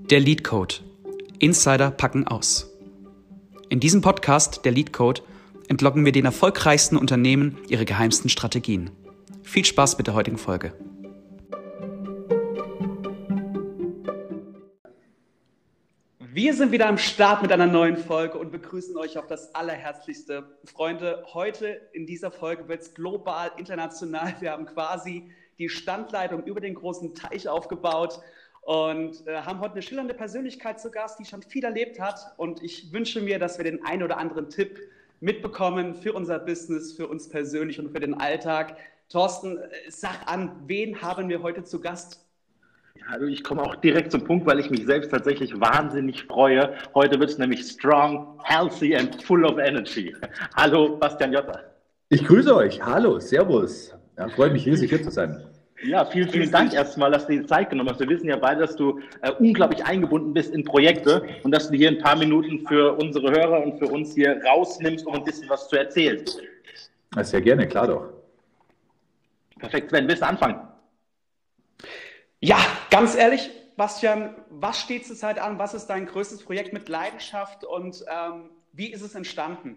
Der Leetcode. Insider packen aus. In diesem Podcast, der Leetcode, entlocken wir den erfolgreichsten Unternehmen ihre geheimsten Strategien. Viel Spaß mit der heutigen Folge. Wir sind wieder am Start mit einer neuen Folge und begrüßen euch auf das Allerherzlichste. Freunde, heute in dieser Folge wird es global, international. Wir haben quasi die Standleitung über den großen Teich aufgebaut und haben heute eine schillernde Persönlichkeit zu Gast, die schon viel erlebt hat. Und ich wünsche mir, dass wir den einen oder anderen Tipp mitbekommen für unser Business, für uns persönlich und für den Alltag. Thorsten, sag an, wen haben wir heute zu Gast? Also ich komme auch direkt zum Punkt, weil ich mich selbst tatsächlich wahnsinnig freue. Heute wird es nämlich strong, healthy and full of energy. Hallo, Bastian Jotta. Ich grüße euch. Hallo, servus. Ja, freue mich riesig, hier zu sein. Ja, vielen Dank erstmal, dass du dir die Zeit genommen hast. Wir wissen ja beide, dass du unglaublich eingebunden bist in Projekte und dass du hier ein paar Minuten für unsere Hörer und für uns hier rausnimmst, um ein bisschen was zu erzählen. Ja, sehr gerne, klar doch. Perfekt, Sven, willst du anfangen? Ja, ganz ehrlich, Bastian, was steht zurzeit an? Was ist dein größtes Projekt mit Leidenschaft und wie ist es entstanden?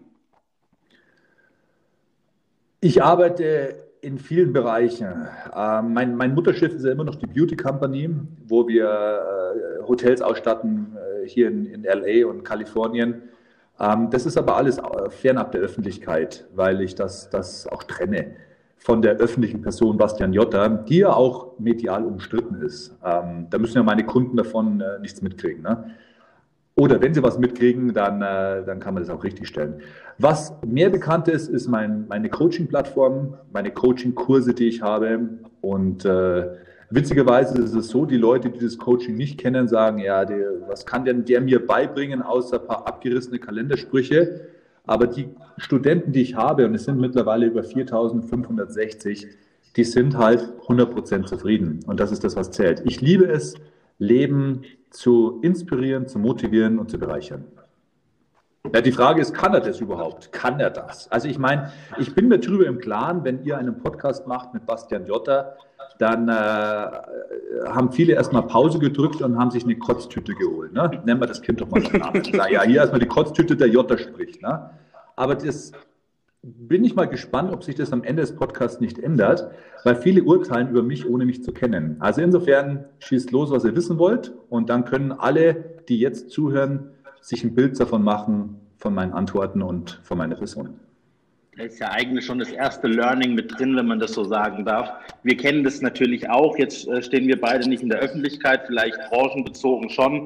Ich arbeite in vielen Bereichen. Mein Mutterschiff ist ja immer noch die Beauty Company, wo wir Hotels ausstatten, hier in LA und Kalifornien. Das ist aber alles fernab der Öffentlichkeit, weil ich das auch trenne von der öffentlichen Person Bastian Jotta, die ja auch medial umstritten ist. Da müssen ja meine Kunden davon nichts mitkriegen. Ne? Oder wenn sie was mitkriegen, dann kann man das auch richtig stellen. Was mehr bekannt ist, ist meine Coaching-Plattform, meine Coaching-Kurse, die ich habe. Und witzigerweise ist es so, die Leute, die das Coaching nicht kennen, sagen, ja, was kann denn der mir beibringen, außer ein paar abgerissene Kalendersprüche? Aber die Studenten, die ich habe, und es sind mittlerweile über 4.560, die sind halt 100% zufrieden. Und das ist das, was zählt. Ich liebe es, Leben zu inspirieren, zu motivieren und zu bereichern. Ja, die Frage ist, kann er das überhaupt? Kann er das? Also ich meine, ich bin mir darüber im Klaren, wenn ihr einen Podcast macht mit Bastian Jotta, dann haben viele erstmal Pause gedrückt und haben sich eine Kotztüte geholt. Ne? Nennen wir das Kind doch mal beim Namen. Ja, hier erstmal die Kotztüte, der Jotta spricht. Ne? Aber das bin ich mal gespannt, ob sich das am Ende des Podcasts nicht ändert, weil viele urteilen über mich, ohne mich zu kennen. Also insofern schießt los, was ihr wissen wollt, und dann können alle, die jetzt zuhören, sich ein Bild davon machen, von meinen Antworten und von meiner Person. Da ist ja eigentlich schon das erste Learning mit drin, wenn man das so sagen darf. Wir kennen das natürlich auch. Jetzt stehen wir beide nicht in der Öffentlichkeit, vielleicht branchenbezogen schon.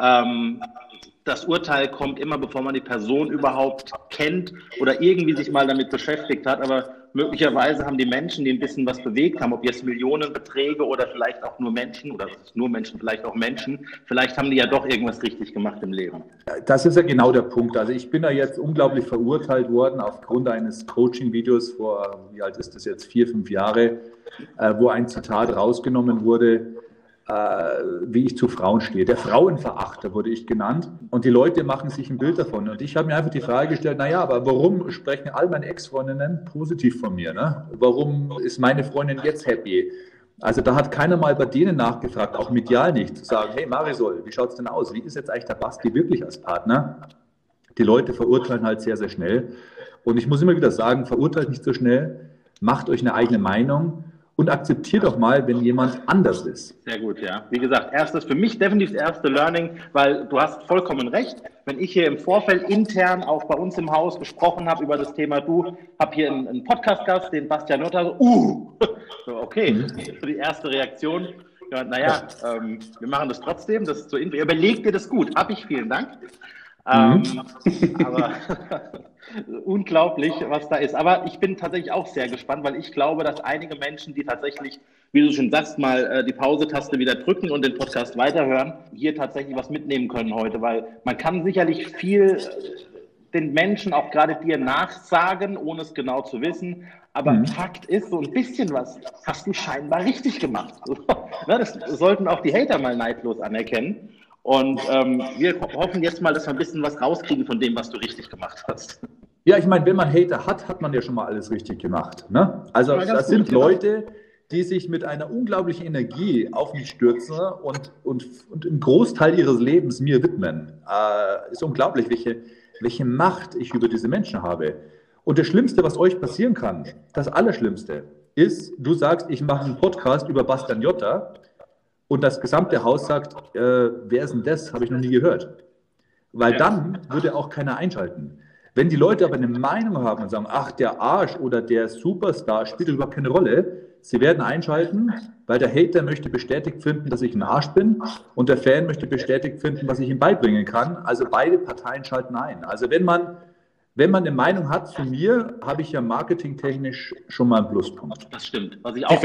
Das Urteil kommt immer, bevor man die Person überhaupt kennt oder irgendwie sich mal damit beschäftigt hat. Aber möglicherweise haben die Menschen, die ein bisschen was bewegt haben, ob jetzt Millionenbeträge oder vielleicht auch nur Menschen oder nur Menschen, vielleicht auch Menschen, vielleicht haben die ja doch irgendwas richtig gemacht im Leben. Das ist ja genau der Punkt. Also ich bin ja jetzt unglaublich verurteilt worden aufgrund eines Coaching-Videos vor, wie alt ist das jetzt, 4, 5 Jahre, wo ein Zitat rausgenommen wurde, wie ich zu Frauen stehe. Der Frauenverachter wurde ich genannt, und die Leute machen sich ein Bild davon. Und ich habe mir einfach die Frage gestellt, naja, aber warum sprechen all meine Ex-Freundinnen positiv von mir? Ne? Warum ist meine Freundin jetzt happy? Also da hat keiner mal bei denen nachgefragt, auch medial nicht, zu sagen, hey Marisol, wie schaut es denn aus? Wie ist jetzt eigentlich der Basti wirklich als Partner? Die Leute verurteilen halt sehr, sehr schnell. Und ich muss immer wieder sagen, verurteilt nicht so schnell, macht euch eine eigene Meinung und akzeptiert doch mal, wenn jemand anders ist. Sehr gut, ja. Wie gesagt, für mich definitiv das erste Learning, weil du hast vollkommen recht. Wenn ich hier im Vorfeld intern auch bei uns im Haus gesprochen habe über das Thema, hab hier einen Podcast-Gast, den Bastian Jotta, so, okay, für die erste Reaktion. Ja, naja, wir machen das trotzdem, das ist so, überleg dir das gut, vielen Dank. Aber unglaublich, was da ist. Aber ich bin tatsächlich auch sehr gespannt, weil ich glaube, dass einige Menschen, die tatsächlich, wie du schon sagst, mal die Pause-Taste wieder drücken und den Podcast weiterhören, hier tatsächlich was mitnehmen können heute, weil man kann sicherlich viel den Menschen, auch gerade dir, nachsagen, ohne es genau zu wissen. Aber Fakt ist, so ein bisschen was hast du scheinbar richtig gemacht. Das sollten auch die Hater mal neidlos anerkennen. Und wir hoffen jetzt mal, dass wir ein bisschen was rauskriegen von dem, was du richtig gemacht hast. Ja, ich meine, wenn man Hater hat, hat man ja schon mal alles richtig gemacht. Ne? Also das sind Leute, die sich mit einer unglaublichen Energie auf mich stürzen und einen Großteil ihres Lebens mir widmen. Ist unglaublich, welche Macht ich über diese Menschen habe. Und das Schlimmste, was euch passieren kann, das Allerschlimmste, ist, du sagst, ich mache einen Podcast über Bastian Jotta und das gesamte Haus sagt, wer ist denn das? Habe ich noch nie gehört. Weil dann würde auch keiner einschalten. Wenn die Leute aber eine Meinung haben und sagen, ach, der Arsch oder der Superstar spielt überhaupt keine Rolle, sie werden einschalten, weil der Hater möchte bestätigt finden, dass ich ein Arsch bin und der Fan möchte bestätigt finden, was ich ihm beibringen kann. Also beide Parteien schalten ein. Also wenn man eine Meinung hat zu mir, habe ich ja marketingtechnisch schon mal einen Pluspunkt. Das stimmt. Was ich auch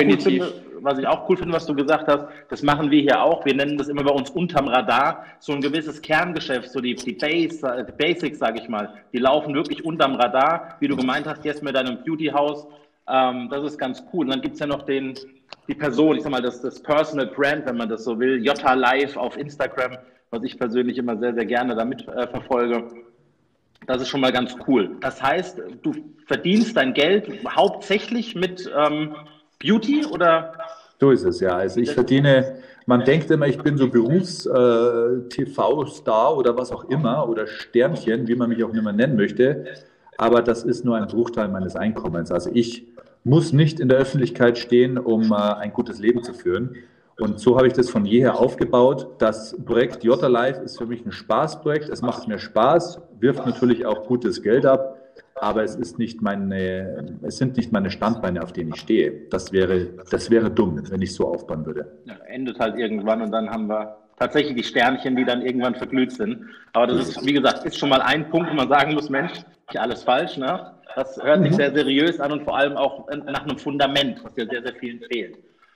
cool finde, was du gesagt hast, das machen wir hier auch. Wir nennen das immer bei uns unterm Radar. So ein gewisses Kerngeschäft, so die Basics, sage ich mal, die laufen wirklich unterm Radar. Wie du gemeint hast, jetzt mit deinem Beauty-Haus, das ist ganz cool. Und dann gibt es ja noch die Person, ich sag mal, das Personal Brand, wenn man das so will, Jotta Live auf Instagram, was ich persönlich immer sehr, sehr gerne damit verfolge. Das ist schon mal ganz cool. Das heißt, du verdienst dein Geld hauptsächlich mit Beauty oder? So ist es, ja. Also ich verdiene, man denkt immer, ich bin so Berufs-TV-Star oder was auch immer oder Sternchen, wie man mich auch immer nennen möchte. Aber das ist nur ein Bruchteil meines Einkommens. Also ich muss nicht in der Öffentlichkeit stehen, um ein gutes Leben zu führen. Und so habe ich das von jeher aufgebaut. Das Projekt Jotta Live ist für mich ein Spaßprojekt. Es macht mir Spaß, wirft natürlich auch gutes Geld ab, aber es sind nicht meine Standbeine, auf denen ich stehe. Das wäre dumm, wenn ich so aufbauen würde. Ja, endet halt irgendwann und dann haben wir tatsächlich die Sternchen, die dann irgendwann verglüht sind. Aber das ist, wie gesagt, ist schon mal ein Punkt, wo man sagen muss, Mensch, nicht alles falsch, ne? Das hört sich sehr seriös an und vor allem auch nach einem Fundament, was ja sehr, sehr vielen fehlt.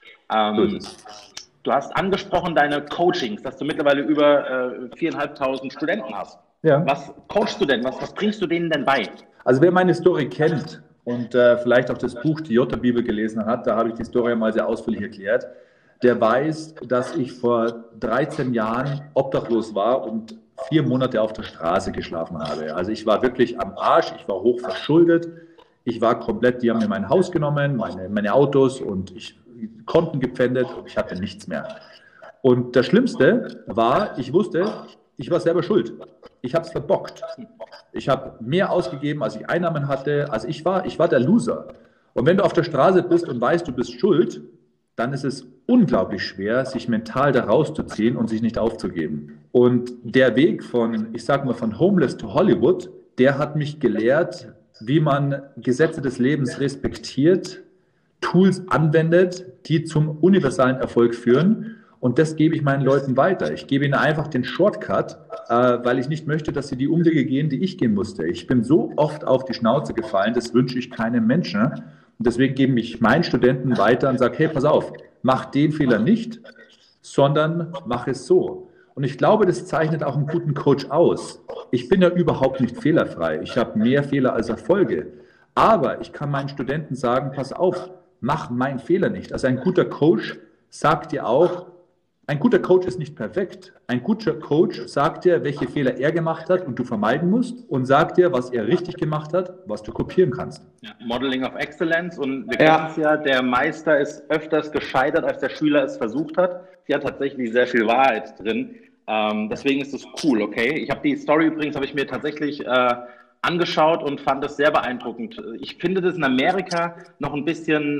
Du hast angesprochen deine Coachings, dass du mittlerweile über 4.500 Studenten hast. Ja. Was coachst du denn? Was bringst du denen denn bei? Also wer meine Story kennt und vielleicht auch das Buch Die Jotta-Bibel gelesen hat, da habe ich die Story mal sehr ausführlich erklärt, der weiß, dass ich vor 13 Jahren obdachlos war und 4 Monate auf der Straße geschlafen habe. Also ich war wirklich am Arsch, ich war hoch verschuldet, ich war komplett, die haben mir mein Haus genommen, meine Autos und Konten gepfändet und ich hatte nichts mehr. Und das Schlimmste war, ich wusste, ich war selber schuld. Ich habe es verbockt. Ich habe mehr ausgegeben, als ich Einnahmen hatte. Also ich war der Loser. Und wenn du auf der Straße bist und weißt, du bist schuld, dann ist es unglaublich schwer, sich mental da rauszuziehen und sich nicht aufzugeben. Und der Weg von Homeless to Hollywood, der hat mich gelehrt, wie man Gesetze des Lebens respektiert, Tools anwendet, die zum universalen Erfolg führen. Und das gebe ich meinen Leuten weiter. Ich gebe ihnen einfach den Shortcut, weil ich nicht möchte, dass sie die Umwege gehen, die ich gehen musste. Ich bin so oft auf die Schnauze gefallen, das wünsche ich keinem Menschen. Und deswegen gebe ich meinen Studenten weiter und sage, hey, pass auf, mach den Fehler nicht, sondern mach es so. Und ich glaube, das zeichnet auch einen guten Coach aus. Ich bin ja überhaupt nicht fehlerfrei. Ich habe mehr Fehler als Erfolge. Aber ich kann meinen Studenten sagen, pass auf, mach meinen Fehler nicht. Also ein guter Coach sagt dir auch, ein guter Coach ist nicht perfekt. Ein guter Coach sagt dir, welche Fehler er gemacht hat und du vermeiden musst und sagt dir, was er richtig gemacht hat, was du kopieren kannst. Ja, Modeling of Excellence und wir kennen es ja, der Meister ist öfters gescheitert, als der Schüler es versucht hat. Hier hat tatsächlich sehr viel Wahrheit drin. Deswegen ist es cool, okay? Ich habe die Story übrigens, habe ich mir tatsächlich angeschaut und fand das sehr beeindruckend. Ich finde das in Amerika noch ein bisschen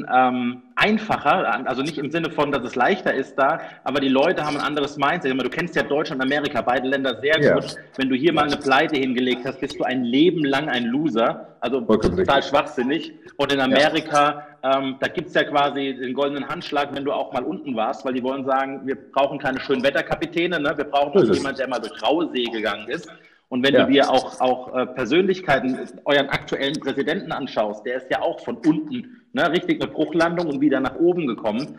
einfacher, also nicht im Sinne von, dass es leichter ist da, aber die Leute haben ein anderes Mindset. Du kennst ja Deutschland und Amerika, beide Länder sehr gut. Wenn du hier mal eine Pleite hingelegt hast, bist du ein Leben lang ein Loser, also total schwachsinnig. Und in Amerika, da gibt es ja quasi den goldenen Handschlag, wenn du auch mal unten warst, weil die wollen sagen, wir brauchen keine schönen Wetterkapitäne, ne? Wir brauchen auch jemanden, der mal durch raue See gegangen ist. Und wenn du dir auch Persönlichkeiten, euren aktuellen Präsidenten anschaust, der ist ja auch von unten, ne, richtig eine Bruchlandung und wieder nach oben gekommen.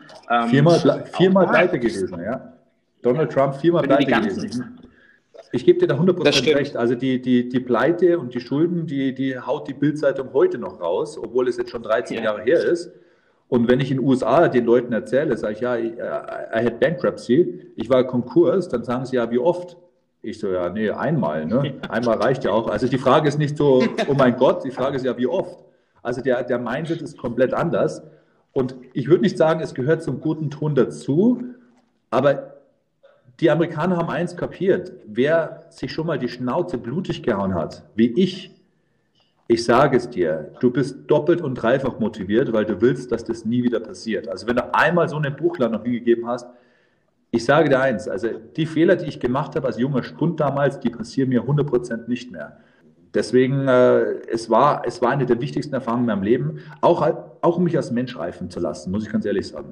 Viermal pleite gewesen, ja. Donald Trump 4-mal pleite gewesen. Ich gebe dir da 100% recht. Also die Pleite und die Schulden, die haut die Bild-Zeitung heute noch raus, obwohl es jetzt schon 13 Jahre her ist. Und wenn ich in den USA den Leuten erzähle, sage ich, ja, I had bankruptcy, ich war Konkurs, dann sagen sie, ja, wie oft? Ich so, ja, nee, einmal, ne? Einmal reicht ja auch. Also die Frage ist nicht so, oh mein Gott, die Frage ist ja, wie oft? Also der Mindset ist komplett anders. Und ich würde nicht sagen, es gehört zum guten Ton dazu, aber die Amerikaner haben eins kapiert. Wer sich schon mal die Schnauze blutig gehauen hat, wie ich sage es dir, du bist doppelt und dreifach motiviert, weil du willst, dass das nie wieder passiert. Also wenn du einmal so eine Buchlandung hingegeben hast, ich sage dir eins, also die Fehler, die ich gemacht habe als junger Spund damals, die passieren mir 100% nicht mehr. Deswegen, es war eine der wichtigsten Erfahrungen in meinem Leben, auch um mich als Mensch reifen zu lassen, muss ich ganz ehrlich sagen.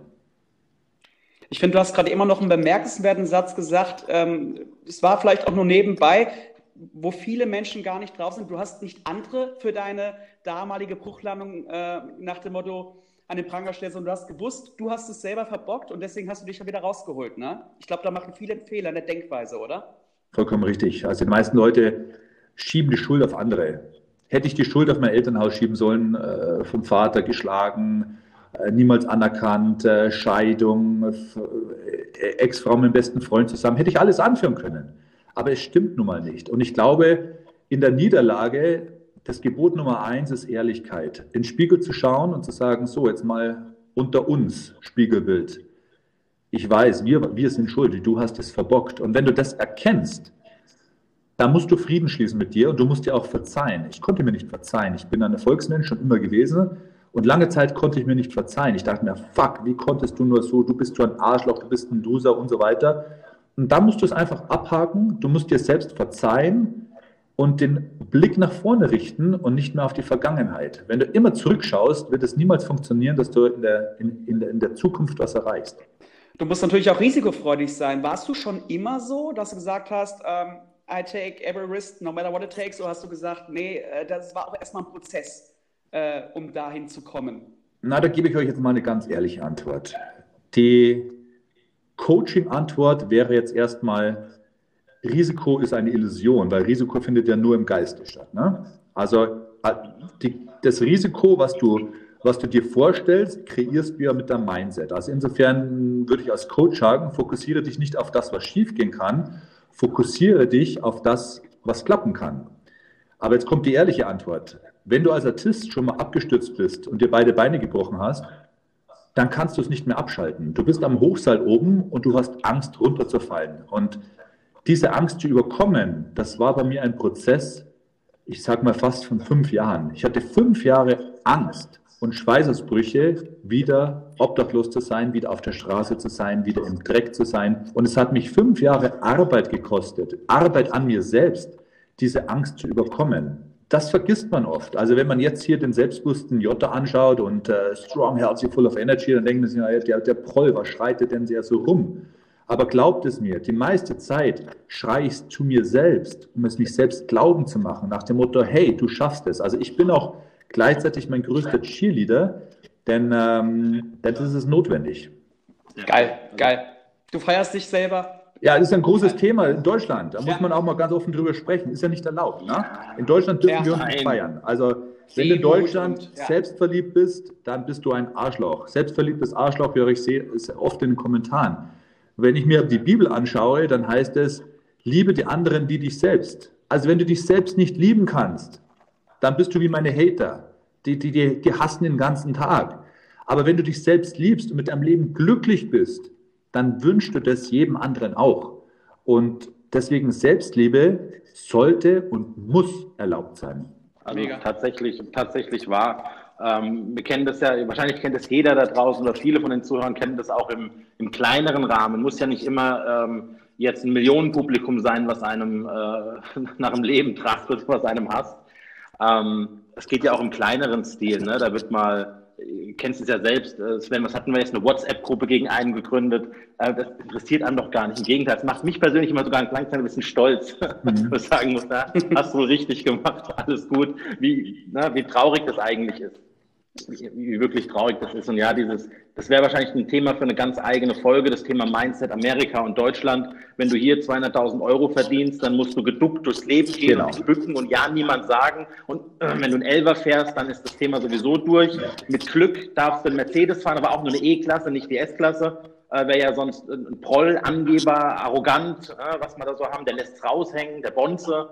Ich finde, du hast gerade immer noch einen bemerkenswerten Satz gesagt. Es war vielleicht auch nur nebenbei, wo viele Menschen gar nicht drauf sind. Du hast nicht andere für deine damalige Bruchlandung nach dem Motto an den Pranger stellst, sondern du hast gewusst, du hast es selber verbockt und deswegen hast du dich ja wieder rausgeholt. Ne? Ich glaube, da machen viele Fehler in der Denkweise, oder? Vollkommen richtig. Also die meisten Leute schieben die Schuld auf andere. Hätte ich die Schuld auf mein Elternhaus schieben sollen, vom Vater geschlagen, niemals anerkannt, Scheidung, Ex-Frau mit dem besten Freund zusammen, hätte ich alles anführen können. Aber es stimmt nun mal nicht. Und ich glaube, in der Niederlage, das Gebot Nummer 1 ist Ehrlichkeit. In den Spiegel zu schauen und zu sagen, so, jetzt mal unter uns, Spiegelbild. Ich weiß, wir sind schuldig, du hast es verbockt. Und wenn du das erkennst, dann musst du Frieden schließen mit dir und du musst dir auch verzeihen. Ich konnte mir nicht verzeihen. Ich bin ein Erfolgsmensch schon immer gewesen und lange Zeit konnte ich mir nicht verzeihen. Ich dachte mir, fuck, wie konntest du nur so, du bist so ein Arschloch, du bist ein Loser und so weiter. Und dann musst du es einfach abhaken, du musst dir selbst verzeihen und den Blick nach vorne richten und nicht mehr auf die Vergangenheit. Wenn du immer zurückschaust, wird es niemals funktionieren, dass du in der Zukunft was erreichst. Du musst natürlich auch risikofreudig sein. Warst du schon immer so, dass du gesagt hast, I take every risk, no matter what it takes, oder hast du gesagt, nee, das war auch erstmal ein Prozess, um dahin zu kommen? Na, da gebe ich euch jetzt mal eine ganz ehrliche Antwort. Die Coaching-Antwort wäre jetzt erstmal, Risiko ist eine Illusion, weil Risiko findet ja nur im Geiste statt. Ne? Also das Risiko, was du dir vorstellst, kreierst du ja mit deinem Mindset. Also insofern würde ich als Coach sagen, fokussiere dich nicht auf das, was schiefgehen kann, fokussiere dich auf das, was klappen kann. Aber jetzt kommt die ehrliche Antwort. Wenn du als Artist schon mal abgestürzt bist und dir beide Beine gebrochen hast, dann kannst du es nicht mehr abschalten. Du bist am Hochseil oben und du hast Angst, runterzufallen. Und diese Angst zu überkommen, das war bei mir ein Prozess, ich sag mal fast von 5 Jahren. Ich hatte 5 Jahre Angst und Schweißausbrüche, wieder obdachlos zu sein, wieder auf der Straße zu sein, wieder im Dreck zu sein. Und es hat mich 5 Jahre Arbeit gekostet, Arbeit an mir selbst, diese Angst zu überkommen. Das vergisst man oft. Also wenn man jetzt hier den selbstbewussten Jota anschaut und strong, healthy, full of energy, dann denkt man sich, ja, der Proll, was schreitet denn der so rum? Aber glaubt es mir, die meiste Zeit schreie ich zu mir selbst, um es mich selbst glauben zu machen, nach dem Motto, hey, du schaffst es. Also ich bin auch gleichzeitig mein größter Cheerleader, denn das ist es notwendig. Geil, geil. Du feierst dich selber. Ja, das ist ein großes Thema in Deutschland. Da muss man auch mal ganz offen drüber sprechen. Ist ja nicht erlaubt. Ne? In Deutschland dürfen wir uns nicht feiern. Also wenn du in Deutschland selbstverliebt bist, dann bist du ein Arschloch. Selbstverliebtes Arschloch, höre ich oft in den Kommentaren. Wenn ich mir die Bibel anschaue, dann heißt es, liebe die anderen wie dich selbst. Also wenn du dich selbst nicht lieben kannst, dann bist du wie meine Hater. Die hassen den ganzen Tag. Aber wenn du dich selbst liebst und mit deinem Leben glücklich bist, dann wünschst du das jedem anderen auch. Und deswegen Selbstliebe sollte und muss erlaubt sein. Also tatsächlich wahr. Wir kennen das ja, wahrscheinlich kennt das jeder da draußen oder viele von den Zuhörern kennen das auch im kleineren Rahmen. Muss ja nicht immer jetzt ein Millionenpublikum sein, was einem nach dem Leben trachtet, was einem hasst. Es geht ja auch im kleineren Stil. Ne? Da wird mal, kennst es ja selbst, Sven, was hatten wir jetzt, eine WhatsApp-Gruppe gegen einen gegründet. Das interessiert einen doch gar nicht. Im Gegenteil, es macht mich persönlich immer sogar ein bisschen stolz, dass ich sagen muss, na, hast du richtig gemacht, alles gut. Wie traurig das eigentlich ist. Wie wirklich traurig das ist. Und ja, das wäre wahrscheinlich ein Thema für eine ganz eigene Folge, das Thema Mindset Amerika und Deutschland. Wenn du hier 200.000 Euro verdienst, dann musst du geduckt durchs Leben gehen und dich bücken und ja niemand sagen. Und wenn du einen Elfer fährst, dann ist das Thema sowieso durch. Mit Glück darfst du einen Mercedes fahren, aber auch nur eine E-Klasse, nicht die S-Klasse. Wäre ja sonst ein Proll, Angeber, arrogant, was wir da so haben. Der lässt es raushängen, der Bonze.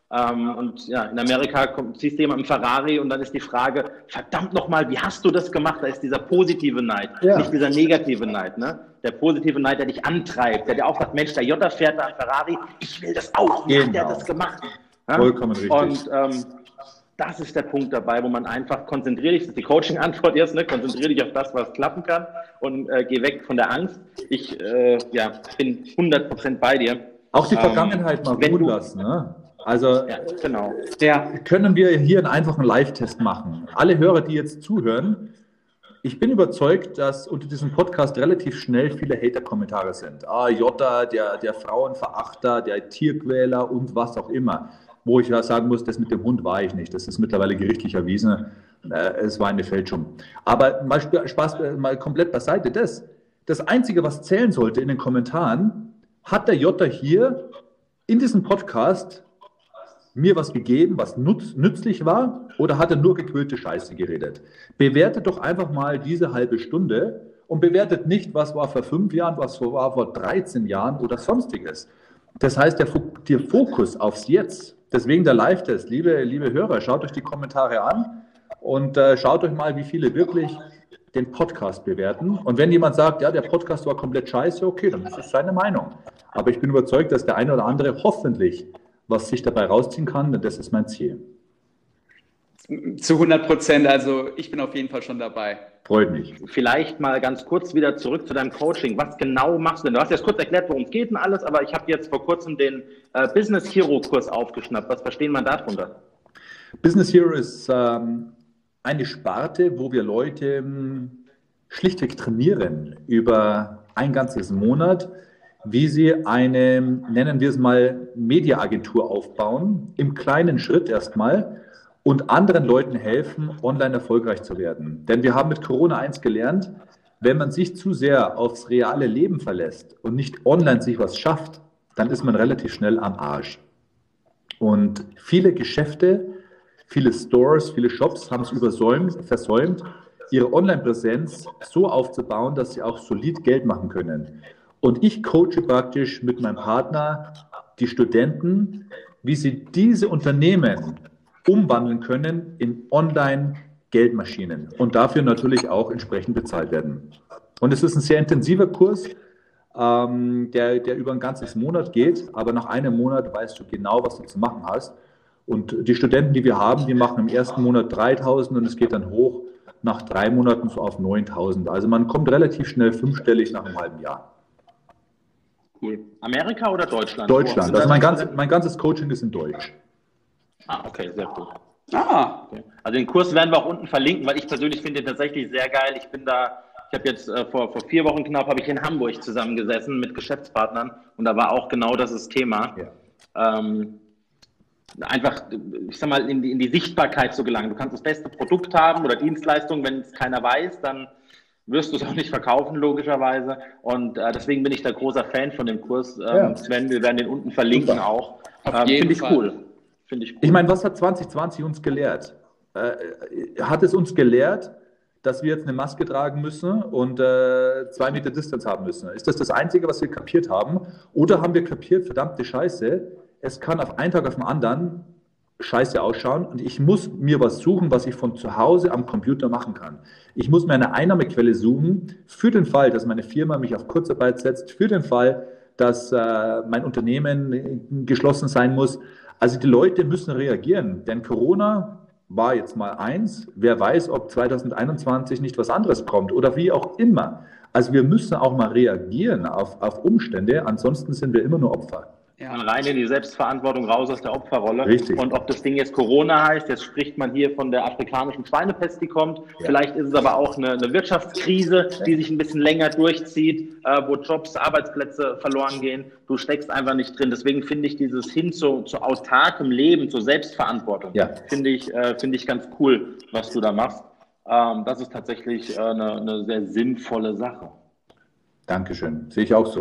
Und ja, in Amerika siehst du jemanden im Ferrari und dann ist die Frage, verdammt nochmal, wie hast du das gemacht? Da ist dieser positive Neid, nicht dieser negative Neid. Ne? Der positive Neid, der dich antreibt, der dir auch sagt, Mensch, der Jota fährt da ein Ferrari, ich will das auch. Wie hat der das gemacht? Ja? Vollkommen richtig. Und das ist der Punkt dabei, wo man einfach konzentriert dich, das ist die Coaching-Antwort jetzt, ne? Konzentriere dich auf das, was klappen kann und geh weg von der Angst. Ich bin 100% bei dir. Auch die Vergangenheit mal ruhen lassen, ne? Also genau. Können wir hier einen einfachen Live-Test machen. Alle Hörer, die jetzt zuhören, ich bin überzeugt, dass unter diesem Podcast relativ schnell viele Hater-Kommentare sind. Jota, der Frauenverachter, der Tierquäler und was auch immer. Wo ich ja sagen muss, das mit dem Hund war ich nicht. Das ist mittlerweile gerichtlich erwiesen. Es war eine Fälschung. Aber mal Spaß, mal komplett beiseite. Das Einzige, was zählen sollte in den Kommentaren, hat der Jota hier in diesem Podcast mir was gegeben, was nützlich war, oder hat er nur gequälte Scheiße geredet? Bewertet doch einfach mal diese halbe Stunde und bewertet nicht, was war vor 5 Jahren, was war vor 13 Jahren oder sonstiges. Das heißt, der Fokus aufs Jetzt, deswegen der Live-Test, liebe Hörer, schaut euch die Kommentare an und schaut euch mal, wie viele wirklich den Podcast bewerten. Und wenn jemand sagt, ja, der Podcast war komplett scheiße, okay, dann ist das seine Meinung. Aber ich bin überzeugt, dass der eine oder andere hoffentlich was sich dabei rausziehen kann, denn das ist mein Ziel. Zu 100%, also ich bin auf jeden Fall schon dabei. Freut mich. Vielleicht mal ganz kurz wieder zurück zu deinem Coaching. Was genau machst du denn? Du hast jetzt kurz erklärt, worum es geht und alles, aber ich habe jetzt vor kurzem den Business Hero Kurs aufgeschnappt. Was verstehen wir darunter? Business Hero ist eine Sparte, wo wir Leute schlichtweg trainieren über ein ganzes Monat, wie sie eine, nennen wir es mal, Mediaagentur aufbauen, im kleinen Schritt erstmal und anderen Leuten helfen, online erfolgreich zu werden. Denn wir haben mit Corona eins gelernt, wenn man sich zu sehr aufs reale Leben verlässt und nicht online sich was schafft, dann ist man relativ schnell am Arsch. Und viele Geschäfte, viele Stores, viele Shops haben es versäumt, ihre Online-Präsenz so aufzubauen, dass sie auch solid Geld machen können. Und ich coache praktisch mit meinem Partner die Studenten, wie sie diese Unternehmen umwandeln können in Online-Geldmaschinen und dafür natürlich auch entsprechend bezahlt werden. Und es ist ein sehr intensiver Kurs, der über ein ganzes Monat geht, aber nach einem Monat weißt du genau, was du zu machen hast. Und die Studenten, die wir haben, die machen im ersten Monat 3.000 und es geht dann hoch nach 3 Monaten so auf 9.000. Also man kommt relativ schnell 5-stellig nach einem halben Jahr. Cool. Amerika oder Deutschland? Deutschland. Also mein ganzes Coaching ist in Deutsch. Okay, sehr cool. Okay. Also den Kurs werden wir auch unten verlinken, weil ich persönlich finde den tatsächlich sehr geil. Ich habe jetzt vor 4 Wochen knapp, habe ich in Hamburg zusammengesessen mit Geschäftspartnern und da war auch genau das Thema. Ja. Einfach, ich sag mal, in die Sichtbarkeit zu gelangen. Du kannst das beste Produkt haben oder Dienstleistung, wenn es keiner weiß, dann wirst du es auch nicht verkaufen, logischerweise. Und deswegen bin ich da großer Fan von dem Kurs. Sven, wir werden den unten verlinken. Super. Auch. Finde ich cool. Ich meine, was hat 2020 uns gelehrt? Hat es uns gelehrt, dass wir jetzt eine Maske tragen müssen und 2 Meter Distanz haben müssen? Ist das Einzige, was wir kapiert haben? Oder haben wir kapiert, verdammte Scheiße, es kann auf einen Tag auf den anderen scheiße ausschauen und ich muss mir was suchen, was ich von zu Hause am Computer machen kann. Ich muss mir eine Einnahmequelle suchen für den Fall, dass meine Firma mich auf Kurzarbeit setzt, für den Fall, dass mein Unternehmen geschlossen sein muss. Also die Leute müssen reagieren, denn Corona war jetzt mal eins. Wer weiß, ob 2021 nicht was anderes kommt oder wie auch immer. Also wir müssen auch mal reagieren auf Umstände, ansonsten sind wir immer nur Opfer. Ja. Rein in die Selbstverantwortung, raus aus der Opferrolle. Richtig. Und ob das Ding jetzt Corona heißt, jetzt spricht man hier von der afrikanischen Schweinepest, die kommt. Ja. Vielleicht ist es aber auch eine Wirtschaftskrise, die sich ein bisschen länger durchzieht, wo Jobs, Arbeitsplätze verloren gehen. Du steckst einfach nicht drin. Deswegen finde ich dieses hin zu autarkem Leben, zur Selbstverantwortung, finde ich ganz cool, was du da machst. Das ist tatsächlich eine sehr sinnvolle Sache. Dankeschön. Sehe ich auch so.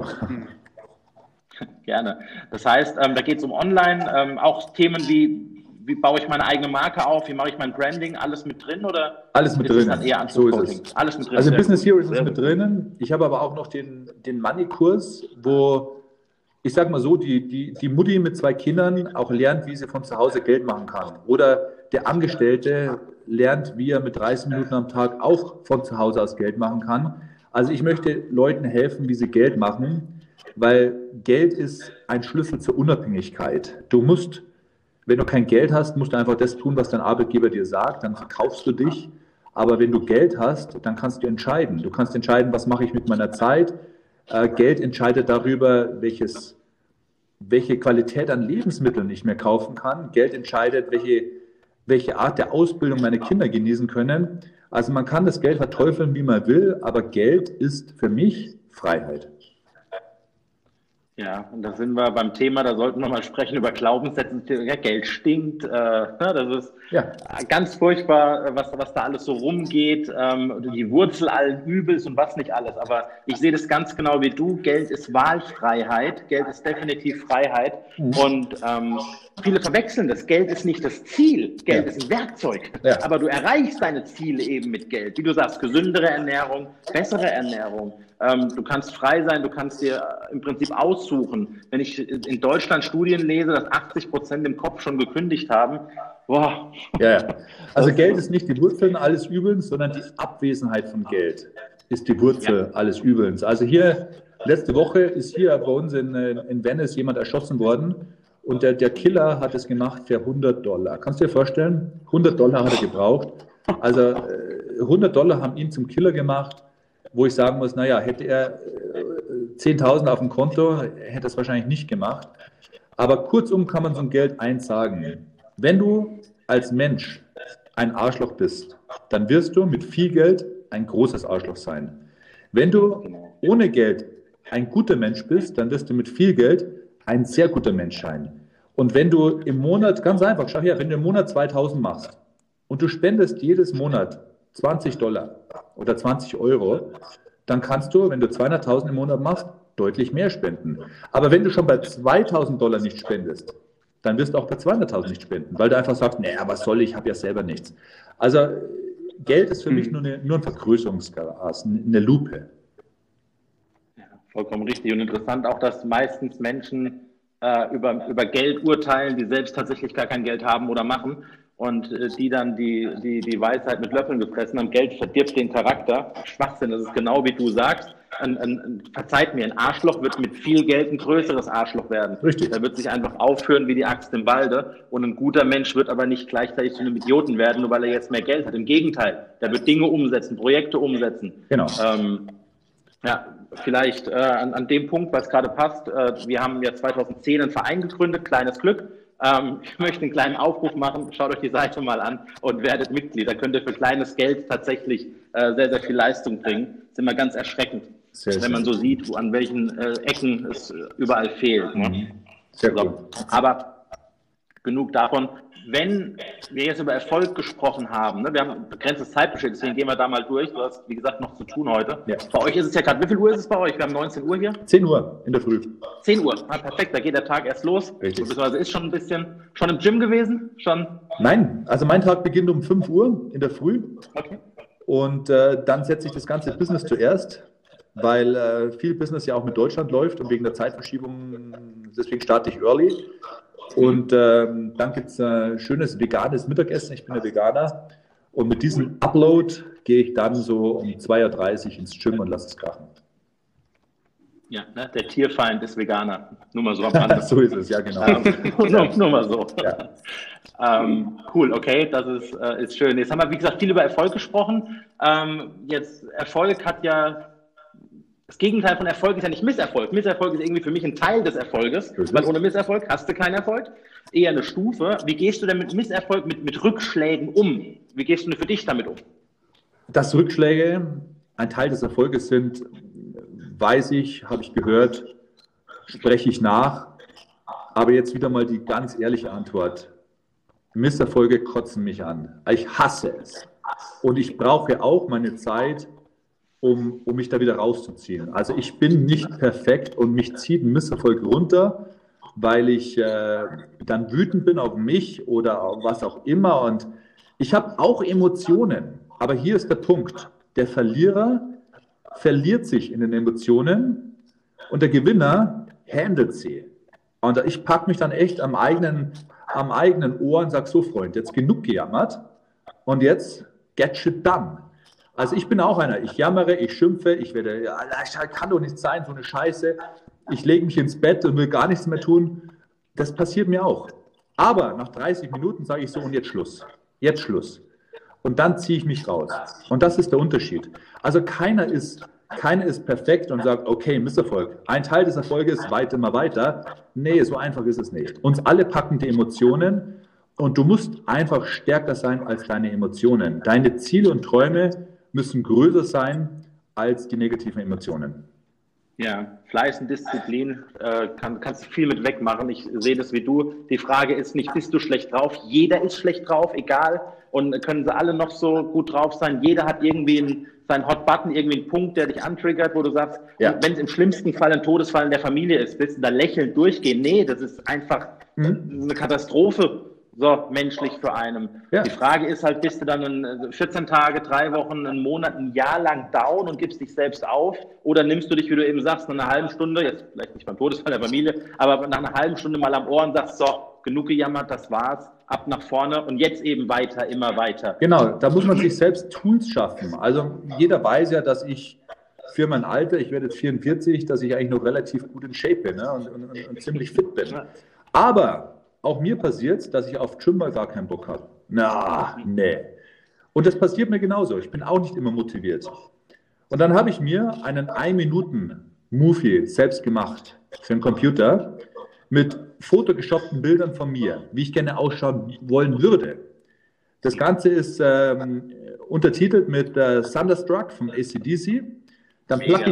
Gerne. Das heißt, da geht es um Online, auch Themen wie baue ich meine eigene Marke auf, wie mache ich mein Branding, alles mit drin oder? Alles mit drin. So ist es. Alles mit drin. Also Business Hero ist es mit drinnen. Ich habe aber auch noch den Money-Kurs, wo ich sage mal so, die Mutti mit 2 Kindern auch lernt, wie sie von zu Hause Geld machen kann. Oder der Angestellte lernt, wie er mit 30 Minuten am Tag auch von zu Hause aus Geld machen kann. Also ich möchte Leuten helfen, wie sie Geld machen, weil Geld ist ein Schlüssel zur Unabhängigkeit. Du musst, wenn du kein Geld hast, musst du einfach das tun, was dein Arbeitgeber dir sagt, dann verkaufst du dich. Aber wenn du Geld hast, dann kannst du entscheiden. Du kannst entscheiden, was mache ich mit meiner Zeit. Geld entscheidet darüber, welche Qualität an Lebensmitteln ich mir kaufen kann. Geld entscheidet, welche Art der Ausbildung meine Kinder genießen können. Also man kann das Geld verteufeln, wie man will, aber Geld ist für mich Freiheit. Ja, und da sind wir beim Thema, da sollten wir mal sprechen über Glaubenssätze. Ja, Geld stinkt, das ist ganz furchtbar, was da alles so rumgeht, die Wurzel allen Übels und was nicht alles. Aber ich sehe das ganz genau wie du, Geld ist Wahlfreiheit, Geld ist definitiv Freiheit und viele verwechseln das. Geld ist nicht das Ziel, Geld ist ein Werkzeug, aber du erreichst deine Ziele eben mit Geld. Wie du sagst, gesündere Ernährung, bessere Ernährung. Du kannst frei sein, du kannst dir im Prinzip aussuchen. Wenn ich in Deutschland Studien lese, dass 80% im Kopf schon gekündigt haben, boah. Ja. Also Geld ist nicht die Wurzel alles Übels, sondern die Abwesenheit von Geld ist die Wurzel alles Übels. Also hier, letzte Woche ist hier bei uns in Venice jemand erschossen worden und der Killer hat es gemacht für $100. Kannst du dir vorstellen? $100 hat er gebraucht. Also $100 haben ihn zum Killer gemacht. Wo ich sagen muss, naja, hätte er 10.000 auf dem Konto, hätte er es wahrscheinlich nicht gemacht. Aber kurzum kann man so ein Geld eins sagen. Wenn du als Mensch ein Arschloch bist, dann wirst du mit viel Geld ein großes Arschloch sein. Wenn du ohne Geld ein guter Mensch bist, dann wirst du mit viel Geld ein sehr guter Mensch sein. Und wenn du im Monat, ganz einfach, schau her, wenn du im Monat 2.000 machst und du spendest jedes Monat $20 oder 20 Euro, dann kannst du, wenn du 200.000 im Monat machst, deutlich mehr spenden. Aber wenn du schon bei $2.000 nicht spendest, dann wirst du auch bei 200.000 nicht spenden, weil du einfach sagst, naja, was soll ich habe ja selber nichts. Also Geld ist für mich nur ein Vergrößerungsglas, eine Lupe. Ja, vollkommen richtig und interessant auch, dass meistens Menschen über Geld urteilen, die selbst tatsächlich gar kein Geld haben oder machen. Und die dann die Weisheit mit Löffeln gefressen haben. Geld verdirbt den Charakter. Schwachsinn, das ist genau wie du sagst. Verzeiht mir, ein Arschloch wird mit viel Geld ein größeres Arschloch werden. Richtig. Er wird sich einfach aufführen wie die Axt im Walde. Und ein guter Mensch wird aber nicht gleichzeitig zu einem Idioten werden, nur weil er jetzt mehr Geld hat. Im Gegenteil, der wird Dinge umsetzen, Projekte umsetzen. Genau. Vielleicht an dem Punkt, was gerade passt. Wir haben ja 2010 einen Verein gegründet, Kleines Glück. Ich möchte einen kleinen Aufruf machen, schaut euch die Seite mal an und werdet Mitglied. Da könnt ihr für kleines Geld tatsächlich sehr, sehr viel Leistung bringen. Das ist immer ganz erschreckend, wenn man so sieht, an welchen Ecken es überall fehlt. Ne? Sehr gut. Aber genug davon. Wenn wir jetzt über Erfolg gesprochen haben, ne, wir haben ein begrenztes Zeitbudget, deswegen gehen wir da mal durch. Du hast, wie gesagt, noch zu tun heute. Ja. Bei euch ist es ja gerade, wie viel Uhr ist es bei euch? Wir haben 19 Uhr hier. 10 Uhr in der Früh. 10 Uhr, perfekt, da geht der Tag erst los. Richtig. Beziehungsweise ist schon ein bisschen, schon im Gym gewesen? Nein, also mein Tag beginnt um 5 Uhr in der Früh. Okay. Und dann setze ich das ganze Business zuerst, weil viel Business ja auch mit Deutschland läuft und wegen der Zeitverschiebung, deswegen starte ich early. Und dann gibt es schönes veganes Mittagessen. Ich bin ja Veganer. Und mit diesem Upload gehe ich dann so um 2.30 Uhr ins Gym und lasse es krachen. Ja, ne? Der Tierfeind ist Veganer. Nur mal so am Rande. So ist es, ja genau. Nur mal so. Ja. Cool, okay, das ist schön. Jetzt haben wir, wie gesagt, viel über Erfolg gesprochen. Jetzt Erfolg hat ja... Das Gegenteil von Erfolg ist ja nicht Misserfolg. Misserfolg ist irgendwie für mich ein Teil des Erfolges, weil ohne Misserfolg hast du keinen Erfolg. Eher eine Stufe. Wie gehst du denn mit Misserfolg, mit Rückschlägen um? Wie gehst du denn für dich damit um? Dass Rückschläge ein Teil des Erfolges sind, weiß ich, habe ich gehört, spreche ich nach. Aber jetzt wieder mal die ganz ehrliche Antwort. Misserfolge kotzen mich an. Ich hasse es. Und ich brauche auch meine Zeit, um mich da wieder rauszuziehen. Also ich bin nicht perfekt und mich zieht ein Misserfolg runter, weil ich dann wütend bin auf mich oder auf was auch immer. Und ich habe auch Emotionen. Aber hier ist der Punkt. Der Verlierer verliert sich in den Emotionen und der Gewinner handelt sie. Und ich packe mich dann echt am eigenen Ohr und sage, so Freund, jetzt genug gejammert und jetzt get shit done. Also ich bin auch einer, ich jammere, ich schimpfe, kann doch nicht sein, so eine Scheiße. Ich lege mich ins Bett und will gar nichts mehr tun. Das passiert mir auch. Aber nach 30 Minuten sage ich so, und jetzt Schluss. Jetzt Schluss. Und dann ziehe ich mich raus. Und das ist der Unterschied. Also keiner ist perfekt und sagt, okay, Misserfolg. Ein Teil des Erfolges ist weiter, immer weiter. Nee, so einfach ist es nicht. Uns alle packen die Emotionen und du musst einfach stärker sein als deine Emotionen. Deine Ziele und Träume müssen größer sein als die negativen Emotionen. Ja, Fleiß und Disziplin kannst du viel mit wegmachen. Ich sehe das wie du. Die Frage ist nicht, bist du schlecht drauf? Jeder ist schlecht drauf, egal. Und können sie alle noch so gut drauf sein? Jeder hat irgendwie seinen Hot Button, irgendwie einen Punkt, der dich antriggert, wo du sagst, ja, wenn es im schlimmsten Fall ein Todesfall in der Familie ist, willst du da lächelnd durchgehen? Nee, das ist einfach eine Katastrophe. So, menschlich für einen. Ja. Die Frage ist halt, bist du dann 14 Tage, 3 Wochen, einen Monat, ein Jahr lang down und gibst dich selbst auf? Oder nimmst du dich, wie du eben sagst, nach einer halben Stunde, jetzt vielleicht nicht beim Todesfall der Familie, aber nach einer halben Stunde mal am Ohr und sagst, so, genug gejammert, das war's, ab nach vorne und jetzt eben weiter, immer weiter. Genau, da muss man sich selbst Tools schaffen. Also jeder weiß ja, dass ich für mein Alter, ich werde jetzt 44, dass ich eigentlich noch relativ gut in Shape bin, ne? und ziemlich fit bin. Aber auch mir passiert, dass ich auf Gym gar keinen Bock habe. Nee. Und das passiert mir genauso. Ich bin auch nicht immer motiviert. Und dann habe ich mir einen 1-Minuten-Movie selbst gemacht für den Computer mit photoshoppten Bildern von mir, wie ich gerne ausschauen wollen würde. Das Ganze ist untertitelt mit Thunderstruck vom AC/DC. Dann placke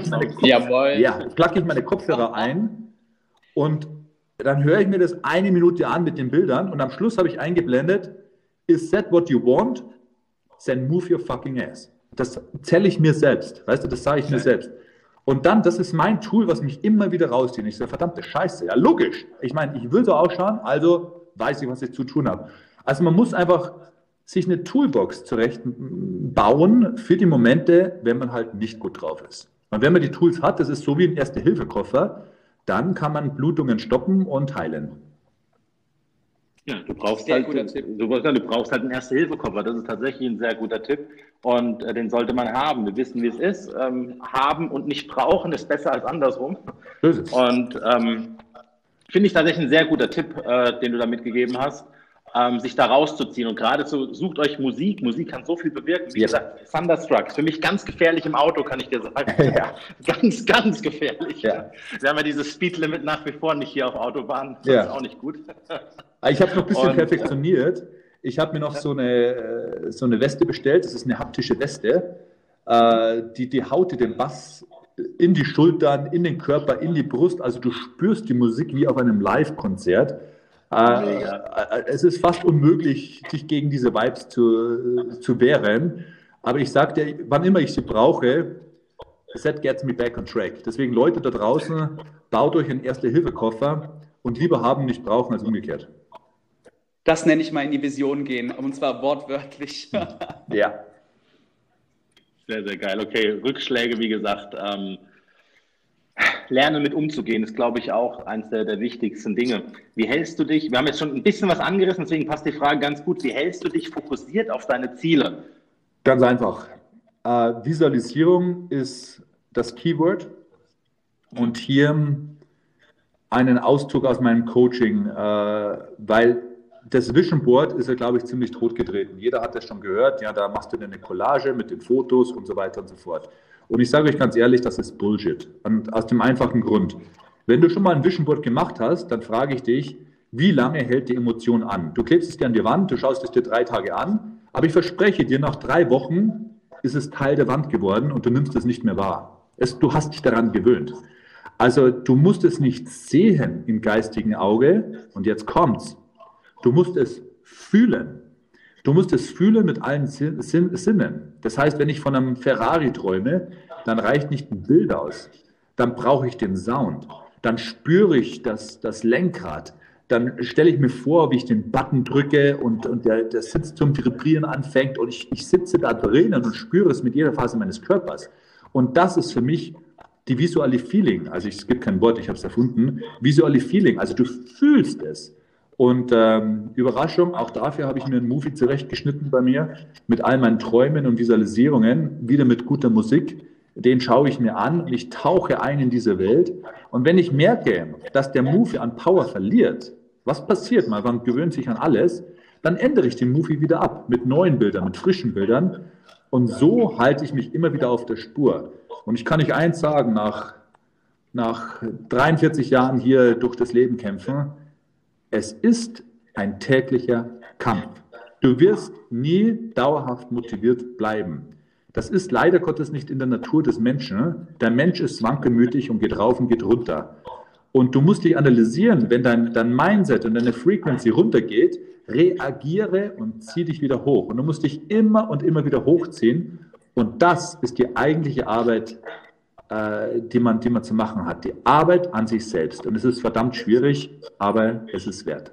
ich meine Kopfhörer ein und dann höre ich mir das 1 Minute an mit den Bildern und am Schluss habe ich eingeblendet, is that what you want? Then move your fucking ass. Das zähle ich mir selbst, weißt du, das sage ich mir selbst. Und dann, das ist mein Tool, was mich immer wieder rauszieht. Ich sage, verdammte Scheiße, ja logisch. Ich meine, ich will so ausschauen, also weiß ich, was ich zu tun habe. Also man muss einfach sich eine Toolbox zurecht bauen für die Momente, wenn man halt nicht gut drauf ist. Und wenn man die Tools hat, das ist so wie ein Erste-Hilfe-Koffer, dann kann man Blutungen stoppen und heilen. Ja, du brauchst halt einen Erste-Hilfe-Koffer. Das ist tatsächlich ein sehr guter Tipp und den sollte man haben. Wir wissen, wie es ist. Haben und nicht brauchen ist besser als andersrum. Und finde ich tatsächlich ein sehr guter Tipp, den du da mitgegeben hast, sich da rauszuziehen. Und gerade so, sucht euch Musik. Musik kann so viel bewirken. Wie gesagt, Thunderstruck ist für mich ganz gefährlich im Auto, kann ich dir sagen. Ja. Ganz, ganz gefährlich. Ja. Wir haben ja dieses Speedlimit nach wie vor nicht hier auf Autobahnen. Das ist auch nicht gut. Ich habe noch ein bisschen perfektioniert. Ich habe mir noch so eine Weste bestellt. Das ist eine haptische Weste. Die haut dir den Bass in die Schultern, in den Körper, in die Brust. Also du spürst die Musik wie auf einem Live-Konzert. Es ist fast unmöglich, sich gegen diese Vibes zu wehren. Aber ich sage dir, wann immer ich sie brauche, that gets me back on track. Deswegen Leute da draußen, baut euch einen Erste-Hilfe-Koffer und lieber haben, nicht brauchen als umgekehrt. Das nenne ich mal in die Vision gehen, und zwar wortwörtlich. Ja. Sehr, sehr geil. Okay, Rückschläge, wie gesagt, lernen mit umzugehen, ist, glaube ich, auch eines der wichtigsten Dinge. Wie hältst du dich, wir haben jetzt schon ein bisschen was angerissen, deswegen passt die Frage ganz gut, wie hältst du dich fokussiert auf deine Ziele? Ganz einfach. Visualisierung ist das Keyword und hier einen Auszug aus meinem Coaching, weil das Vision Board ist ja, glaube ich, ziemlich totgetreten. Jeder hat das schon gehört, ja, da machst du eine Collage mit den Fotos und so weiter und so fort. Und ich sage euch ganz ehrlich, das ist Bullshit. Und aus dem einfachen Grund. Wenn du schon mal ein Vision Board gemacht hast, dann frage ich dich, wie lange hält die Emotion an? Du klebst es dir an die Wand, du schaust es dir 3 Tage an, aber ich verspreche dir, nach 3 Wochen ist es Teil der Wand geworden und du nimmst es nicht mehr wahr. Du hast dich daran gewöhnt. Also du musst es nicht sehen im geistigen Auge und jetzt kommt's. Du musst es fühlen. Du musst es fühlen mit allen Sinnen. Das heißt, wenn ich von einem Ferrari träume, dann reicht nicht ein Bild aus. Dann brauche ich den Sound. Dann spüre ich das Lenkrad. Dann stelle ich mir vor, wie ich den Button drücke und der Sitz zum Vibrieren anfängt und ich sitze da drinnen und spüre es mit jeder Phase meines Körpers. Und das ist für mich die visuelle Feeling, also es gibt kein Wort, ich habe es erfunden, visuelle Feeling, also du fühlst es. Und Überraschung, auch dafür habe ich mir einen Movie zurechtgeschnitten bei mir, mit all meinen Träumen und Visualisierungen, wieder mit guter Musik. Den schaue ich mir an und ich tauche ein in diese Welt. Und wenn ich merke, dass der Movie an Power verliert, was passiert? Man gewöhnt sich an alles, dann ändere ich den Movie wieder ab mit neuen Bildern, mit frischen Bildern. Und so halte ich mich immer wieder auf der Spur. Und ich kann nicht eins sagen, nach 43 Jahren hier durch das Leben kämpfen, es ist ein täglicher Kampf. Du wirst nie dauerhaft motiviert bleiben. Das ist leider Gottes nicht in der Natur des Menschen. Der Mensch ist wankelmütig und geht rauf und geht runter. Und du musst dich analysieren, wenn dein Mindset und deine Frequency runtergeht, reagiere und zieh dich wieder hoch. Und du musst dich immer und immer wieder hochziehen. Und das ist die eigentliche Arbeit, die man zu machen hat. Die Arbeit an sich selbst. Und es ist verdammt schwierig, aber es ist wert.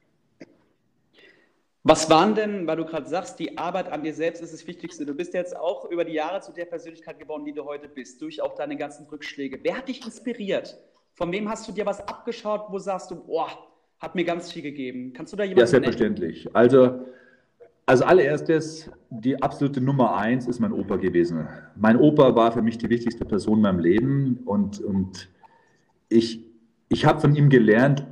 Was waren denn, weil du gerade sagst, die Arbeit an dir selbst ist das Wichtigste. Du bist jetzt auch über die Jahre zu der Persönlichkeit geworden, die du heute bist, durch auch deine ganzen Rückschläge. Wer hat dich inspiriert? Von wem hast du dir was abgeschaut, wo sagst du, boah, hat mir ganz viel gegeben? Kannst du da jemanden Ja, selbstverständlich. nennen? Also allererstes, die absolute Nummer 1 ist mein Opa gewesen. Mein Opa war für mich die wichtigste Person in meinem Leben und ich habe von ihm gelernt,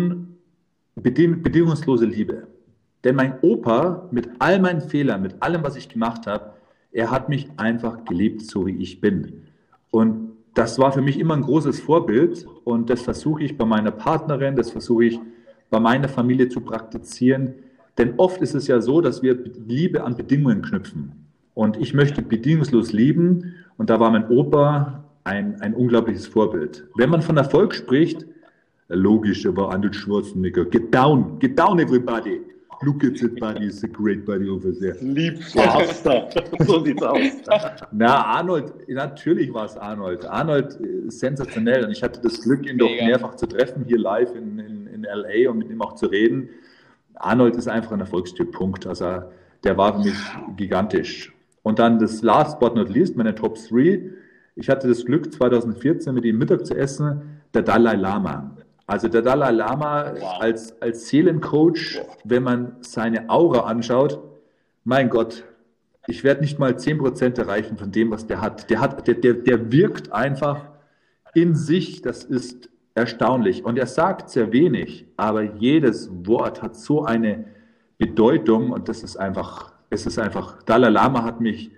bedingungslose Liebe. Denn mein Opa, mit all meinen Fehlern, mit allem, was ich gemacht habe, er hat mich einfach geliebt, so wie ich bin. Und das war für mich immer ein großes Vorbild und das versuche ich bei meiner Partnerin, das versuche ich bei meiner Familie zu praktizieren. Denn oft ist es ja so, dass wir Liebe an Bedingungen knüpfen. Und ich möchte bedingungslos lieben und da war mein Opa ein unglaubliches Vorbild. Wenn man von Erfolg spricht, logisch, er war Arnold Schwarzenegger. Get down everybody. Look at that body, it's a great body over there. Liebster. So sieht's aus. Na, Arnold, natürlich war es Arnold. Arnold ist sensationell und ich hatte das Glück, ihn doch mehrfach zu treffen, hier live in LA und mit ihm auch zu reden. Arnold ist einfach ein Erfolgstyp, Punkt. Also der war für mich gigantisch. Und dann das last but not least, meine Top 3. Ich hatte das Glück, 2014 mit ihm Mittag zu essen, der Dalai Lama. Also der Dalai Lama als Seelencoach, wenn man seine Aura anschaut, mein Gott, ich werde nicht mal 10% erreichen von dem, was der hat. Der wirkt einfach in sich, das ist erstaunlich. Und er sagt sehr wenig, aber jedes Wort hat so eine Bedeutung und es ist einfach, Dalai Lama hat mich,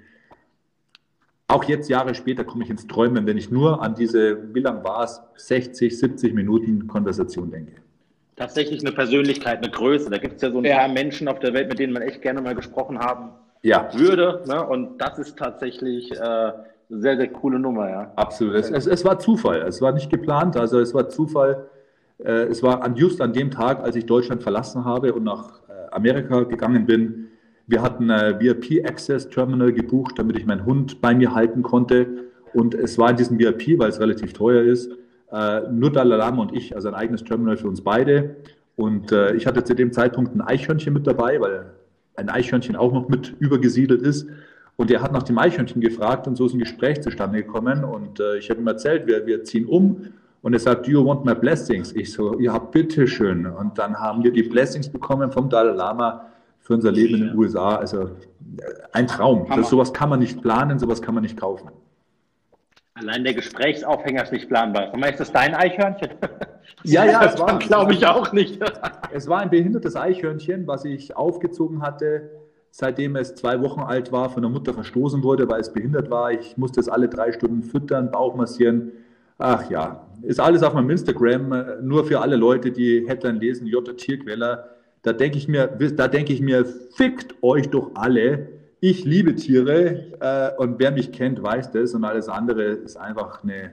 auch jetzt Jahre später komme ich ins Träumen, wenn ich nur an diese, wie lang war es, 60, 70 Minuten Konversation denke. Tatsächlich eine Persönlichkeit, eine Größe. Da gibt es ja so ein paar Menschen auf der Welt, mit denen man echt gerne mal gesprochen haben würde. Ne? Und das ist tatsächlich eine sehr, sehr coole Nummer. Ja. Absolut. Es war Zufall. Es war nicht geplant. Also es war Zufall. Es war just an dem Tag, als ich Deutschland verlassen habe und nach Amerika gegangen bin. Wir hatten ein VIP-Access-Terminal gebucht, damit ich meinen Hund bei mir halten konnte. Und es war in diesem VIP, weil es relativ teuer ist, nur Dalai Lama und ich, also ein eigenes Terminal für uns beide. Und ich hatte zu dem Zeitpunkt ein Eichhörnchen mit dabei, weil ein Eichhörnchen auch noch mit übergesiedelt ist. Und er hat nach dem Eichhörnchen gefragt und so ist ein Gespräch zustande gekommen. Und ich habe ihm erzählt, wir ziehen um. Und er sagt, do you want my blessings? Ich so, ja, bitteschön. Und dann haben wir die Blessings bekommen vom Dalai Lama für unser Leben in den USA. Also ein Traum. Sowas kann man nicht planen, sowas kann man nicht kaufen. Allein der Gesprächsaufhänger ist nicht planbar. Sag mal, ist das dein Eichhörnchen? Ja, es war. Glaube ich auch nicht. Es war ein behindertes Eichhörnchen, was ich aufgezogen hatte, seitdem es 2 Wochen alt war, von der Mutter verstoßen wurde, weil es behindert war. Ich musste es alle 3 Stunden füttern, Bauch massieren. Ach ja, ist alles auf meinem Instagram, nur für alle Leute, die Headline lesen, J. Tierquäler. Da denke ich mir, fickt euch doch alle. Ich liebe Tiere und wer mich kennt, weiß das und alles andere ist einfach eine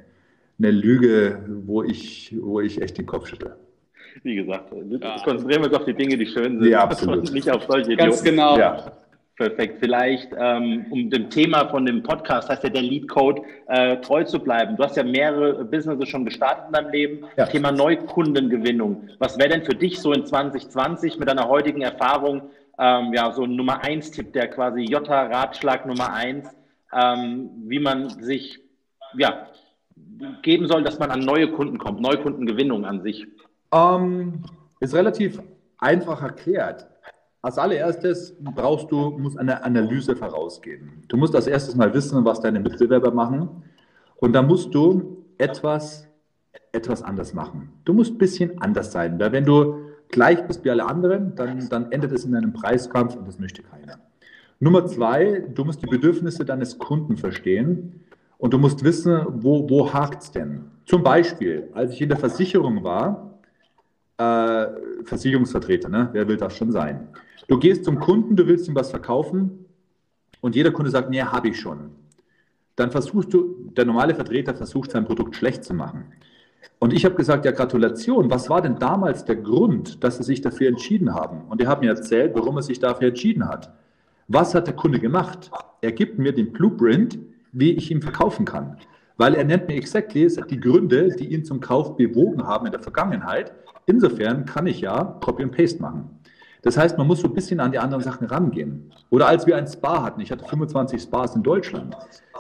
Lüge, wo ich echt den Kopf schüttle. Wie gesagt, konzentrieren wir uns auf die Dinge, die schön sind. Ja, absolut. Und nicht auf solche Idioten. Ganz genau. Ja. Perfekt. Vielleicht, um dem Thema von dem Podcast, heißt ja der Lead Code, treu zu bleiben. Du hast ja mehrere Businesses schon gestartet in deinem Leben. Ja. Thema Neukundengewinnung. Was wäre denn für dich so in 2020 mit deiner heutigen Erfahrung, so ein Nummer 1 Tipp, der quasi Ratschlag Nummer 1, wie man sich, geben soll, dass man an neue Kunden kommt, Neukundengewinnung an sich? Ist relativ einfach erklärt. Als allererstes muss eine Analyse vorausgehen. Du musst als erstes mal wissen, was deine Mitbewerber machen. Und dann musst du etwas anders machen. Du musst ein bisschen anders sein. Weil wenn du gleich bist wie alle anderen, dann endet es in einem Preiskampf und das möchte keiner. Nummer 2, du musst die Bedürfnisse deines Kunden verstehen und du musst wissen, wo hakt es denn? Zum Beispiel, als ich in der Versicherung war, Versicherungsvertreter, ne? Wer will das schon sein? Du gehst zum Kunden, du willst ihm was verkaufen und jeder Kunde sagt, nee, habe ich schon. Dann der normale Vertreter versucht sein Produkt schlecht zu machen. Und ich habe gesagt, ja Gratulation, was war denn damals der Grund, dass Sie sich dafür entschieden haben? Und er hat mir erzählt, warum er sich dafür entschieden hat. Was hat der Kunde gemacht? Er gibt mir den Blueprint, wie ich ihn verkaufen kann. Weil er nennt mir exactly die Gründe, die ihn zum Kauf bewogen haben in der Vergangenheit. Insofern kann ich ja Copy and Paste machen. Das heißt, man muss so ein bisschen an die anderen Sachen rangehen. Oder als wir ein Spa hatten, ich hatte 25 Spas in Deutschland,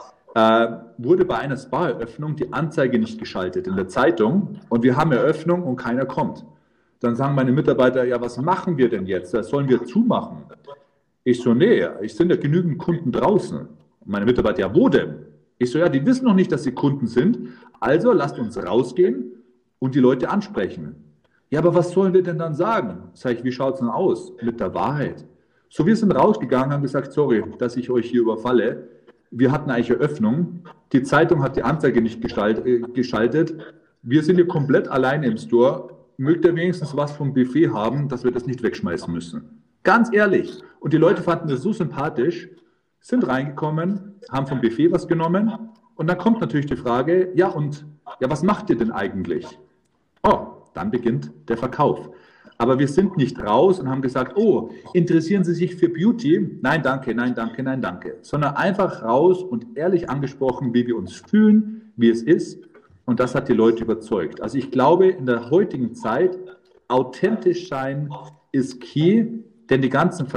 wurde bei einer Spa-Eröffnung die Anzeige nicht geschaltet in der Zeitung und wir haben Eröffnung und keiner kommt. Dann sagen meine Mitarbeiter, ja, was machen wir denn jetzt? Sollen wir zumachen? Ich so, nee, es sind ja genügend Kunden draußen. Und meine Mitarbeiter, ja, wo denn? Ich so, ja, die wissen noch nicht, dass sie Kunden sind, also lasst uns rausgehen und die Leute ansprechen. Ja, aber was sollen wir denn dann sagen? Sag ich, wie schaut es denn aus mit der Wahrheit? So, wir sind rausgegangen, haben gesagt, sorry, dass ich euch hier überfalle. Wir hatten eigentlich Eröffnung. Die Zeitung hat die Anzeige nicht geschaltet. Wir sind hier komplett alleine im Store. Mögt ihr wenigstens was vom Buffet haben, dass wir das nicht wegschmeißen müssen? Ganz ehrlich. Und die Leute fanden das so sympathisch, sind reingekommen, haben vom Buffet was genommen. Und dann kommt natürlich die Frage, ja, was macht ihr denn eigentlich? Oh, dann beginnt der Verkauf. Aber wir sind nicht raus und haben gesagt, oh, interessieren Sie sich für Beauty? Nein, danke, nein, danke, nein, danke. Sondern einfach raus und ehrlich angesprochen, wie wir uns fühlen, wie es ist. Und das hat die Leute überzeugt. Also ich glaube, in der heutigen Zeit, authentisch sein ist key, denn die ganzen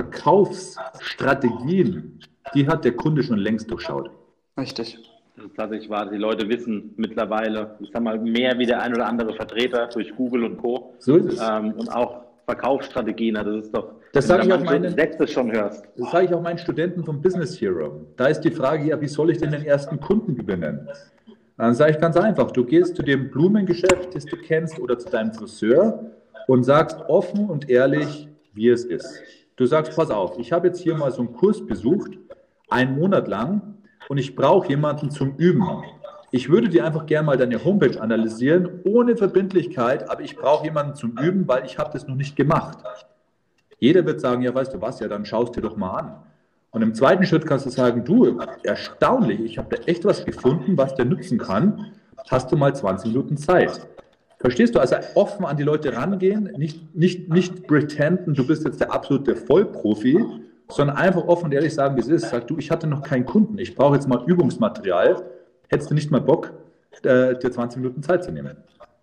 Verkaufsstrategien, die hat der Kunde schon längst durchschaut. Richtig. Das ist tatsächlich wahr. Die Leute wissen mittlerweile, ich sag mal, mehr wie der ein oder andere Vertreter durch Google und Co. So ist es. Und auch Verkaufsstrategien. Das ist doch, das sage ich auch schon hörst. Das sage ich auch meinen Studenten vom Business Hero. Da ist die Frage, ja, wie soll ich denn den ersten Kunden gewinnen? Dann sage ich ganz einfach, du gehst zu dem Blumengeschäft, das du kennst, oder zu deinem Friseur und sagst offen und ehrlich, wie es ist. Du sagst, pass auf, ich habe jetzt hier mal so einen Kurs besucht, 1 Monat lang, und ich brauche jemanden zum Üben. Ich würde dir einfach gerne mal deine Homepage analysieren, ohne Verbindlichkeit, aber ich brauche jemanden zum Üben, weil ich habe das noch nicht gemacht. Jeder wird sagen, ja, weißt du was, ja, dann schaust dir doch mal an. Und im zweiten Schritt kannst du sagen, du, erstaunlich, ich habe da echt was gefunden, was dir nützen kann. Hast du mal 20 Minuten Zeit? Verstehst du? Also offen an die Leute rangehen, nicht pretenden, du bist jetzt der absolute Vollprofi, sondern einfach offen und ehrlich sagen, wie es ist. Sag du, ich hatte noch keinen Kunden, ich brauche jetzt mal Übungsmaterial. Hättest du nicht mal Bock, dir 20 Minuten Zeit zu nehmen?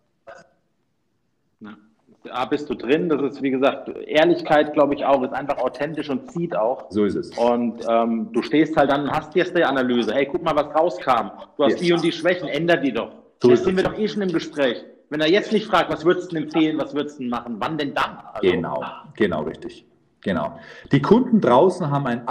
Da bist du drin. Das ist, wie gesagt, Ehrlichkeit, glaube ich auch, ist einfach authentisch und zieht auch. So ist es. Und du stehst halt dann und hast jetzt die Analyse. Hey, guck mal, was rauskam. Du hast die und die Schwächen, änder die doch. So jetzt sind wir doch eh schon im Gespräch. Wenn er jetzt nicht fragt, was würdest du denn empfehlen, was würdest du denn machen, wann denn dann? Also, Genau, richtig. Genau. Die Kunden draußen haben einen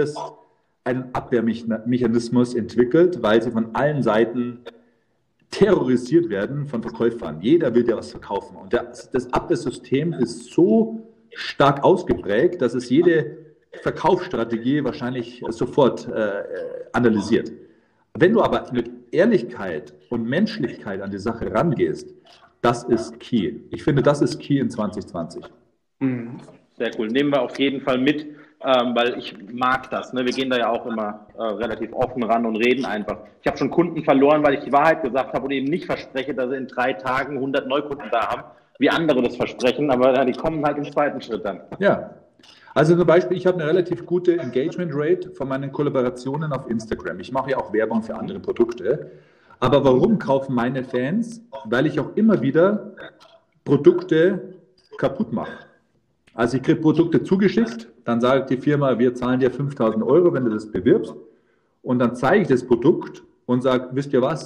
Abwehrmechanismus entwickelt, weil sie von allen Seiten terrorisiert werden von Verkäufern. Jeder will dir was verkaufen. Und das Abwehrsystem ist so stark ausgeprägt, dass es jede Verkaufsstrategie wahrscheinlich sofort analysiert. Wenn du aber mit Ehrlichkeit und Menschlichkeit an die Sache rangehst, das ist key. Ich finde, das ist key in 2020. Sehr cool. Nehmen wir auf jeden Fall mit, weil ich mag das. Ne? Wir gehen da ja auch immer relativ offen ran und reden einfach. Ich habe schon Kunden verloren, weil ich die Wahrheit gesagt habe und eben nicht verspreche, dass sie in 3 Tagen 100 Neukunden da haben, wie andere das versprechen, aber die kommen halt im zweiten Schritt dann. Ja, also zum Beispiel, ich habe eine relativ gute Engagement Rate von meinen Kollaborationen auf Instagram. Ich mache ja auch Werbung für andere Produkte. Aber warum kaufen meine Fans? Weil ich auch immer wieder Produkte kaputt mache. Also ich kriege Produkte zugeschickt, dann sagt die Firma, wir zahlen dir 5.000 €, wenn du das bewirbst. Und dann zeige ich das Produkt und sage, wisst ihr was,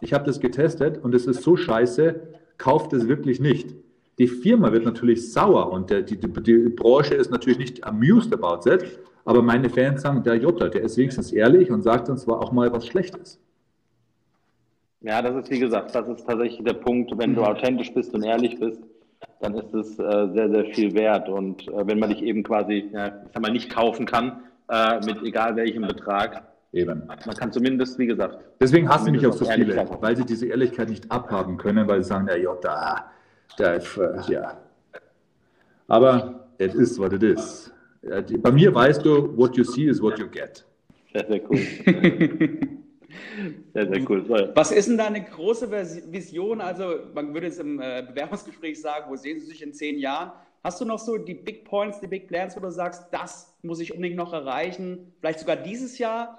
ich habe das getestet und es ist so scheiße, kauft es wirklich nicht. Die Firma wird natürlich sauer und die Branche ist natürlich nicht amused about it, aber meine Fans sagen, der Jutta, der ist wenigstens ehrlich und sagt uns zwar auch mal was Schlechtes. Ja, das ist wie gesagt, das ist tatsächlich der Punkt, wenn du authentisch bist und ehrlich bist, dann ist es sehr, sehr viel wert. Und wenn man dich eben quasi, ich sag mal, nicht kaufen kann, mit egal welchem Betrag, eben. Man kann zumindest, wie gesagt. Deswegen hassen mich auch so viele, weil sie diese Ehrlichkeit nicht abhaben können, weil sie sagen, ja, Jutta, ja. Aber it is what it is. Bei mir weißt du, what you see is what you get. Sehr, sehr cool. Sehr, sehr cool. Was ist denn deine große Vision? Also man würde es im Bewerbungsgespräch sagen, wo sehen Sie sich in 10 Jahren? Hast du noch so die Big Points, die Big Plans, wo du sagst, das muss ich unbedingt noch erreichen? Vielleicht sogar dieses Jahr?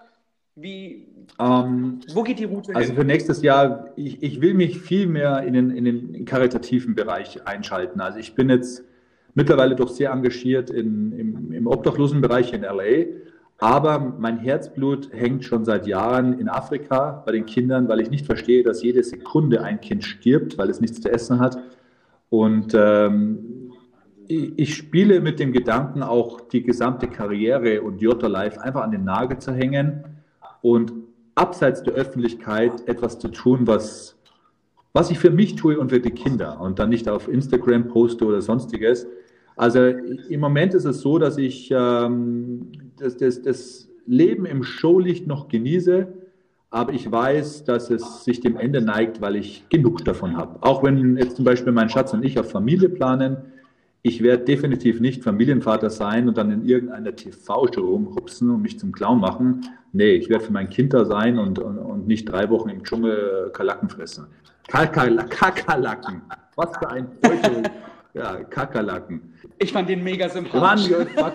Wo geht die Route hin? Also für nächstes Jahr, ich will mich viel mehr in den karitativen Bereich einschalten. Also ich bin jetzt mittlerweile doch sehr engagiert im Obdachlosenbereich in LA, aber mein Herzblut hängt schon seit Jahren in Afrika bei den Kindern, weil ich nicht verstehe, dass jede Sekunde ein Kind stirbt, weil es nichts zu essen hat. Und ich spiele mit dem Gedanken, auch die gesamte Karriere und Jutta Life einfach an den Nagel zu hängen und abseits der Öffentlichkeit etwas zu tun, was ich für mich tue und für die Kinder und dann nicht auf Instagram poste oder sonstiges. Also im Moment ist es so, dass ich das Leben im Showlicht noch genieße, aber ich weiß, dass es sich dem Ende neigt, weil ich genug davon habe. Auch wenn jetzt zum Beispiel mein Schatz und ich auf Familie planen, ich werde definitiv nicht Familienvater sein und dann in irgendeiner TV-Show rumhupsen und mich zum Clown machen. Nee, ich werde für mein Kind da sein und nicht 3 Wochen im Dschungel Kalaken fressen. Kakerlaken. Was für ein Teufel. Ja, Kakerlaken. Ich fand den mega sympathisch.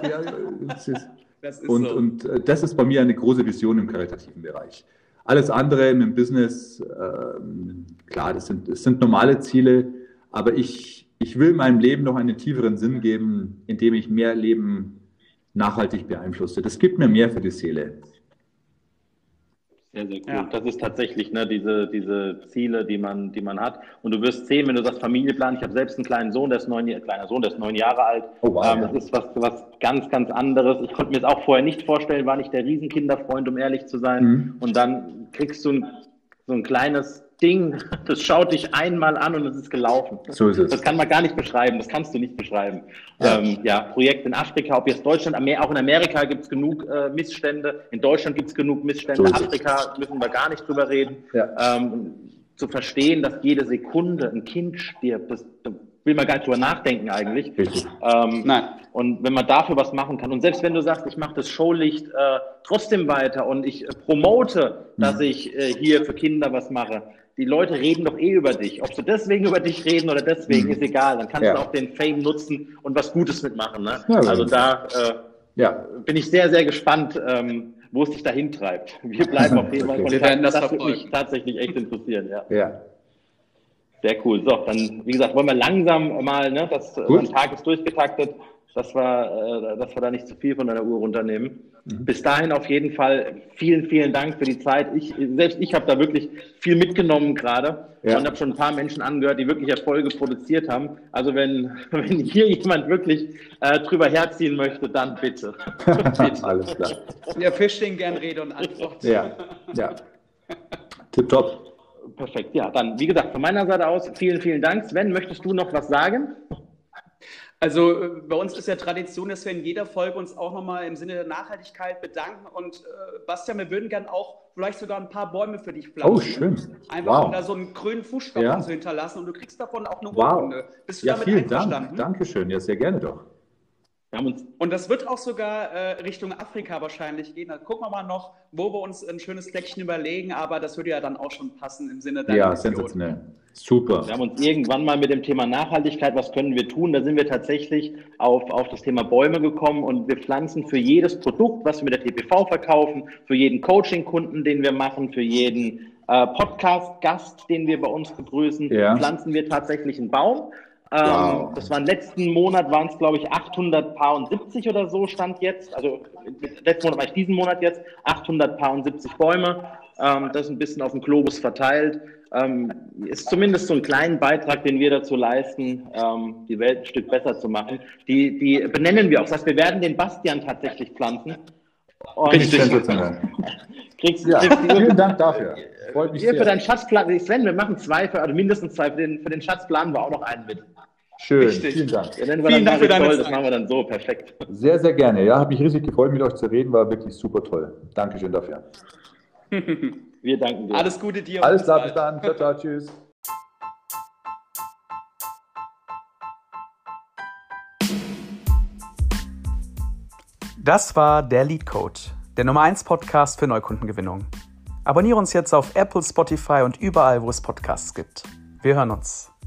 Und das ist bei mir eine große Vision im karitativen Bereich. Alles andere im Business, klar, das sind normale Ziele, aber ich will meinem Leben noch einen tieferen Sinn geben, indem ich mehr Leben nachhaltig beeinflusse. Das gibt mir mehr für die Seele. Sehr, sehr cool. Ja. Das ist tatsächlich diese Ziele, die man hat. Und du wirst sehen, wenn du sagst Familienplan, ich habe selbst einen kleinen Sohn, der ist 9 Jahre alt. Oh, wow, das ist was ganz, ganz anderes. Ich konnte mir es auch vorher nicht vorstellen, war nicht der Riesenkinderfreund, um ehrlich zu sein. Mhm. Und dann kriegst du so ein kleines Ding, das schaut dich einmal an und es ist gelaufen. So ist es. Das kann man gar nicht beschreiben, das kannst du nicht beschreiben. Ja, Projekt in Afrika, ob jetzt Deutschland, auch in Amerika gibt es genug Missstände, in Deutschland gibt es genug Missstände, so Afrika müssen wir gar nicht drüber reden. Ja. Zu verstehen, dass jede Sekunde ein Kind stirbt, das will man gar nicht drüber nachdenken eigentlich. Nein. Und wenn man dafür was machen kann und selbst wenn du sagst, ich mache das Showlicht trotzdem weiter und ich promote, dass ich hier für Kinder was mache, die Leute reden doch über dich. Ob sie deswegen über dich reden oder deswegen, ist egal. Dann kannst du auch den Fame nutzen und was Gutes mitmachen. Ne? Ja, also da bin ich sehr, sehr gespannt, wo es dich dahin treibt. Wir bleiben auf jeden Fall Kontakt. Das würde mich tatsächlich echt interessieren. Ja. Sehr cool. So, dann, wie gesagt, wollen wir langsam mal, ne, mein Tag ist durchgetaktet, dass wir da nicht zu viel von deiner Uhr runternehmen. Mhm. Bis dahin auf jeden Fall vielen, vielen Dank für die Zeit. Selbst ich habe da wirklich viel mitgenommen gerade und habe schon ein paar Menschen angehört, die wirklich Erfolge produziert haben. Also wenn hier jemand wirklich drüber herziehen möchte, dann bitte. Bitte. Alles klar. Ja, Fisch stehen gern Rede und Antwort. Ja. Tipptopp. Perfekt. Ja, dann, wie gesagt, von meiner Seite aus vielen, vielen Dank. Sven, möchtest du noch was sagen? Also bei uns ist ja Tradition, dass wir in jeder Folge uns auch nochmal im Sinne der Nachhaltigkeit bedanken. Und Bastian, wir würden gern auch vielleicht sogar ein paar Bäume für dich pflanzen. Oh, schön. Einfach um da so einen grünen Fußstapfen zu hinterlassen und du kriegst davon auch eine Urkunde. Bist du damit einverstanden? Dank. Dankeschön, ja, sehr gerne doch. Und das wird auch sogar Richtung Afrika wahrscheinlich gehen. Da gucken wir mal noch, wo wir uns ein schönes Fleckchen überlegen, aber das würde ja dann auch schon passen im Sinne deiner Mission. Sensationell. Super. Wir haben uns irgendwann mal mit dem Thema Nachhaltigkeit, was können wir tun, da sind wir tatsächlich auf das Thema Bäume gekommen und wir pflanzen für jedes Produkt, was wir mit der TPV verkaufen, für jeden Coaching-Kunden, den wir machen, für jeden Podcast-Gast, den wir bei uns begrüßen, pflanzen wir tatsächlich einen Baum. Wow. Das waren letzten Monat, waren es glaube ich 870 oder so stand jetzt, also letzten Monat war ich diesen Monat jetzt, 870 Bäume, das ist ein bisschen auf dem Globus verteilt, ist zumindest so ein kleinen Beitrag, den wir dazu leisten, die Welt ein Stück besser zu machen. Die benennen wir auch. Das heißt, wir werden den Bastian tatsächlich pflanzen. Vielen Dank dafür. Freut mich sehr. Für deinen Schatzplan, Sven, wir machen mindestens zwei. Für den Schatz planen wir auch noch einen mit. Schön, richtig. Vielen Dank. Vielen Dank für deine Zeit. Das machen wir dann so, perfekt. Sehr, sehr gerne. Ja, habe mich riesig gefreut, mit euch zu reden. War wirklich super toll. Dankeschön dafür. Wir danken dir. Alles Gute dir. Alles klar, bis dann. Ciao, ciao, tschüss. Das war der Lead Code, der Nummer 1 Podcast für Neukundengewinnung. Abonniere uns jetzt auf Apple, Spotify und überall, wo es Podcasts gibt. Wir hören uns.